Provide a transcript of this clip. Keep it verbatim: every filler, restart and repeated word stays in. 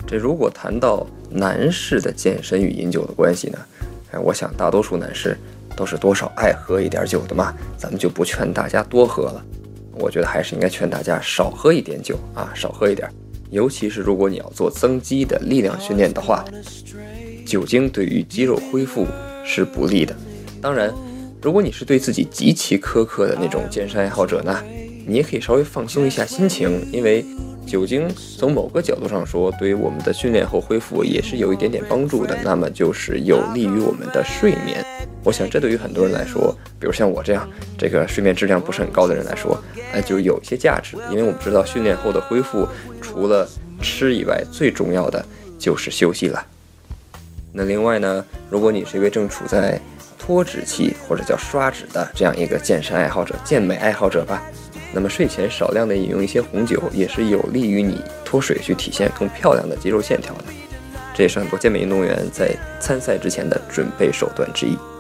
这如果谈到男士的健身与饮酒的关系呢，哎，我想大多数男士都是多少爱喝一点酒的嘛，咱们就不劝大家多喝了。我觉得还是应该劝大家少喝一点酒啊，少喝一点。尤其是如果你要做增肌的力量训练的话，酒精对于肌肉恢复是不利的。当然，如果你是对自己极其苛刻的那种健身爱好者呢，你也可以稍微放松一下心情，因为酒精从某个角度上说，对于我们的训练后恢复也是有一点点帮助的，那么就是有利于我们的睡眠。我想这对于很多人来说，比如像我这样这个睡眠质量不是很高的人来说，哎，就有一些价值。因为我们知道训练后的恢复除了吃以外，最重要的就是休息了。那另外呢，如果你是一位正处在脱脂期或者叫刷脂的这样一个健身爱好者、健美爱好者吧，那么睡前少量的饮用一些红酒也是有利于你脱水去体现更漂亮的肌肉线条的。这也是很多健美运动员在参赛之前的准备手段之一。